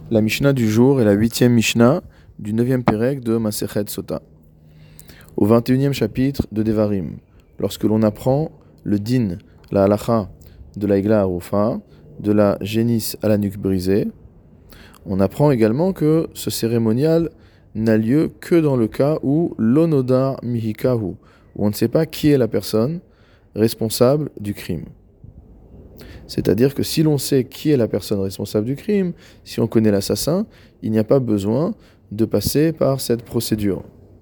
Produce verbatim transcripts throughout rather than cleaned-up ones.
La Mishnah du jour est la huitième Mishnah du neuvième Pérec de Masechet Sota. Au vingt et unième chapitre de Devarim, lorsque l'on apprend le din, la halacha de la Igla Arufa, de la génisse à la nuque brisée, on apprend également que ce cérémonial n'a lieu que dans le cas où l'onoda mihikahu, où on ne sait pas qui est la personne responsable du crime. C'est-à-dire que si l'on sait qui est la personne responsable du crime, si on connaît l'assassin, il n'y a pas besoin de passer par cette procédure.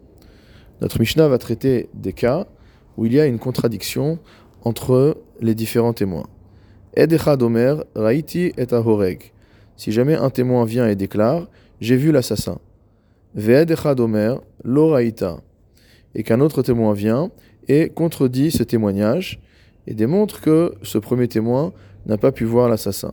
Notre Mishnah va traiter des cas où il y a une contradiction entre les différents témoins. Ed echad omer raiti et ahoreg. Si jamais un témoin vient et déclare « j'ai vu l'assassin ». Ve'ed echad omer lo raita. Et qu'un autre témoin vient et contredit ce témoignage et démontre que ce premier témoin n'a pas pu voir l'assassin.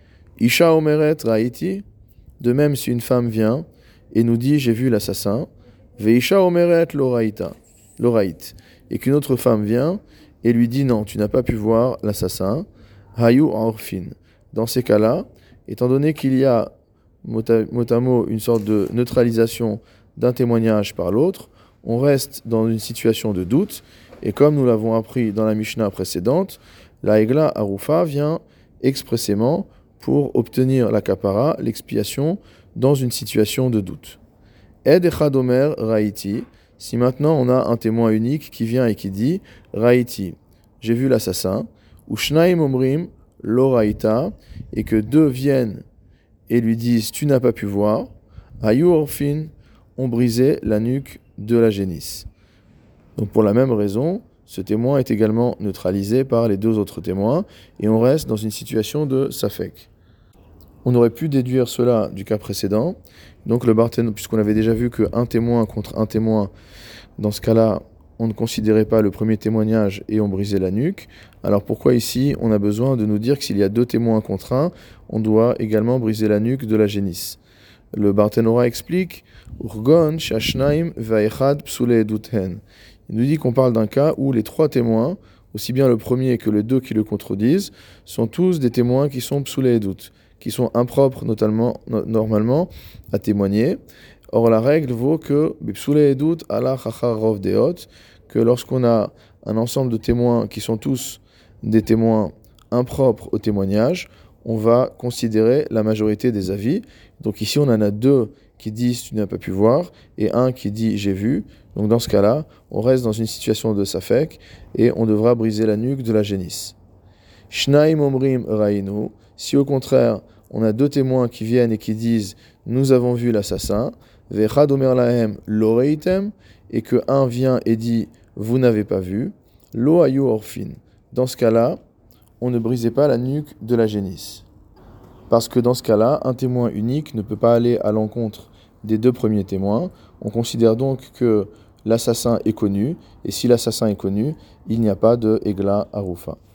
Isha omeret raiti. De même, si une femme vient et nous dit « j'ai vu l'assassin », Veisha omeret lo raita, lo rait. Et qu'une autre femme vient et lui dit « non, tu n'as pas pu voir l'assassin », hayu orfin. Dans ces cas-là, étant donné qu'il y a mot à mot une sorte de neutralisation d'un témoignage par l'autre, on reste dans une situation de doute, et comme nous l'avons appris dans la Mishnah précédente, la Egla Arufa vient expressément pour obtenir la kapara, l'expiation, dans une situation de doute. Ed echad omer raiti. Si maintenant on a un témoin unique qui vient et qui dit raiti, j'ai vu l'assassin, ou shnaim omrim lo raita, et que deux viennent et lui disent tu n'as pas pu voir, hayu orfin, ont brisé la nuque de la génisse. Donc pour la même raison, ce témoin est également neutralisé par les deux autres témoins et on reste dans une situation de safek. On aurait pu déduire cela du cas précédent. Donc le barthéno, puisqu'on avait déjà vu qu'un témoin contre un témoin, dans ce cas-là, on ne considérait pas le premier témoignage et on brisait la nuque. Alors pourquoi ici on a besoin de nous dire que s'il y a deux témoins contre un, on doit également briser la nuque de la génisse? Le Barthénora explique Urgon shashnaim vaechad psule eduthen. Il nous dit qu'on parle d'un cas où les trois témoins, aussi bien le premier que les deux qui le contredisent, sont tous des témoins qui sont psule edut, qui sont impropres notamment, no, normalement à témoigner. Or la règle vaut que psule edut ala chachar rov deot, que lorsqu'on a un ensemble de témoins qui sont tous des témoins impropres au témoignage, on va considérer la majorité des avis. Donc ici, on en a deux qui disent « tu n'as pas pu voir » et un qui dit « j'ai vu ». Donc dans ce cas-là, on reste dans une situation de safek et on devra briser la nuque de la génisse. « Shnaim omrim rainu » Si au contraire, on a deux témoins qui viennent et qui disent « nous avons vu l'assassin » Ve'chad omer lahem lo reitem, et que un vient et dit « vous n'avez pas vu » Lo hayu orfin. Dans ce cas-là, on ne brisait pas la nuque de la génisse. Parce que dans ce cas-là, un témoin unique ne peut pas aller à l'encontre des deux premiers témoins. On considère donc que l'assassin est connu, et si l'assassin est connu, il n'y a pas de Egla Arufa.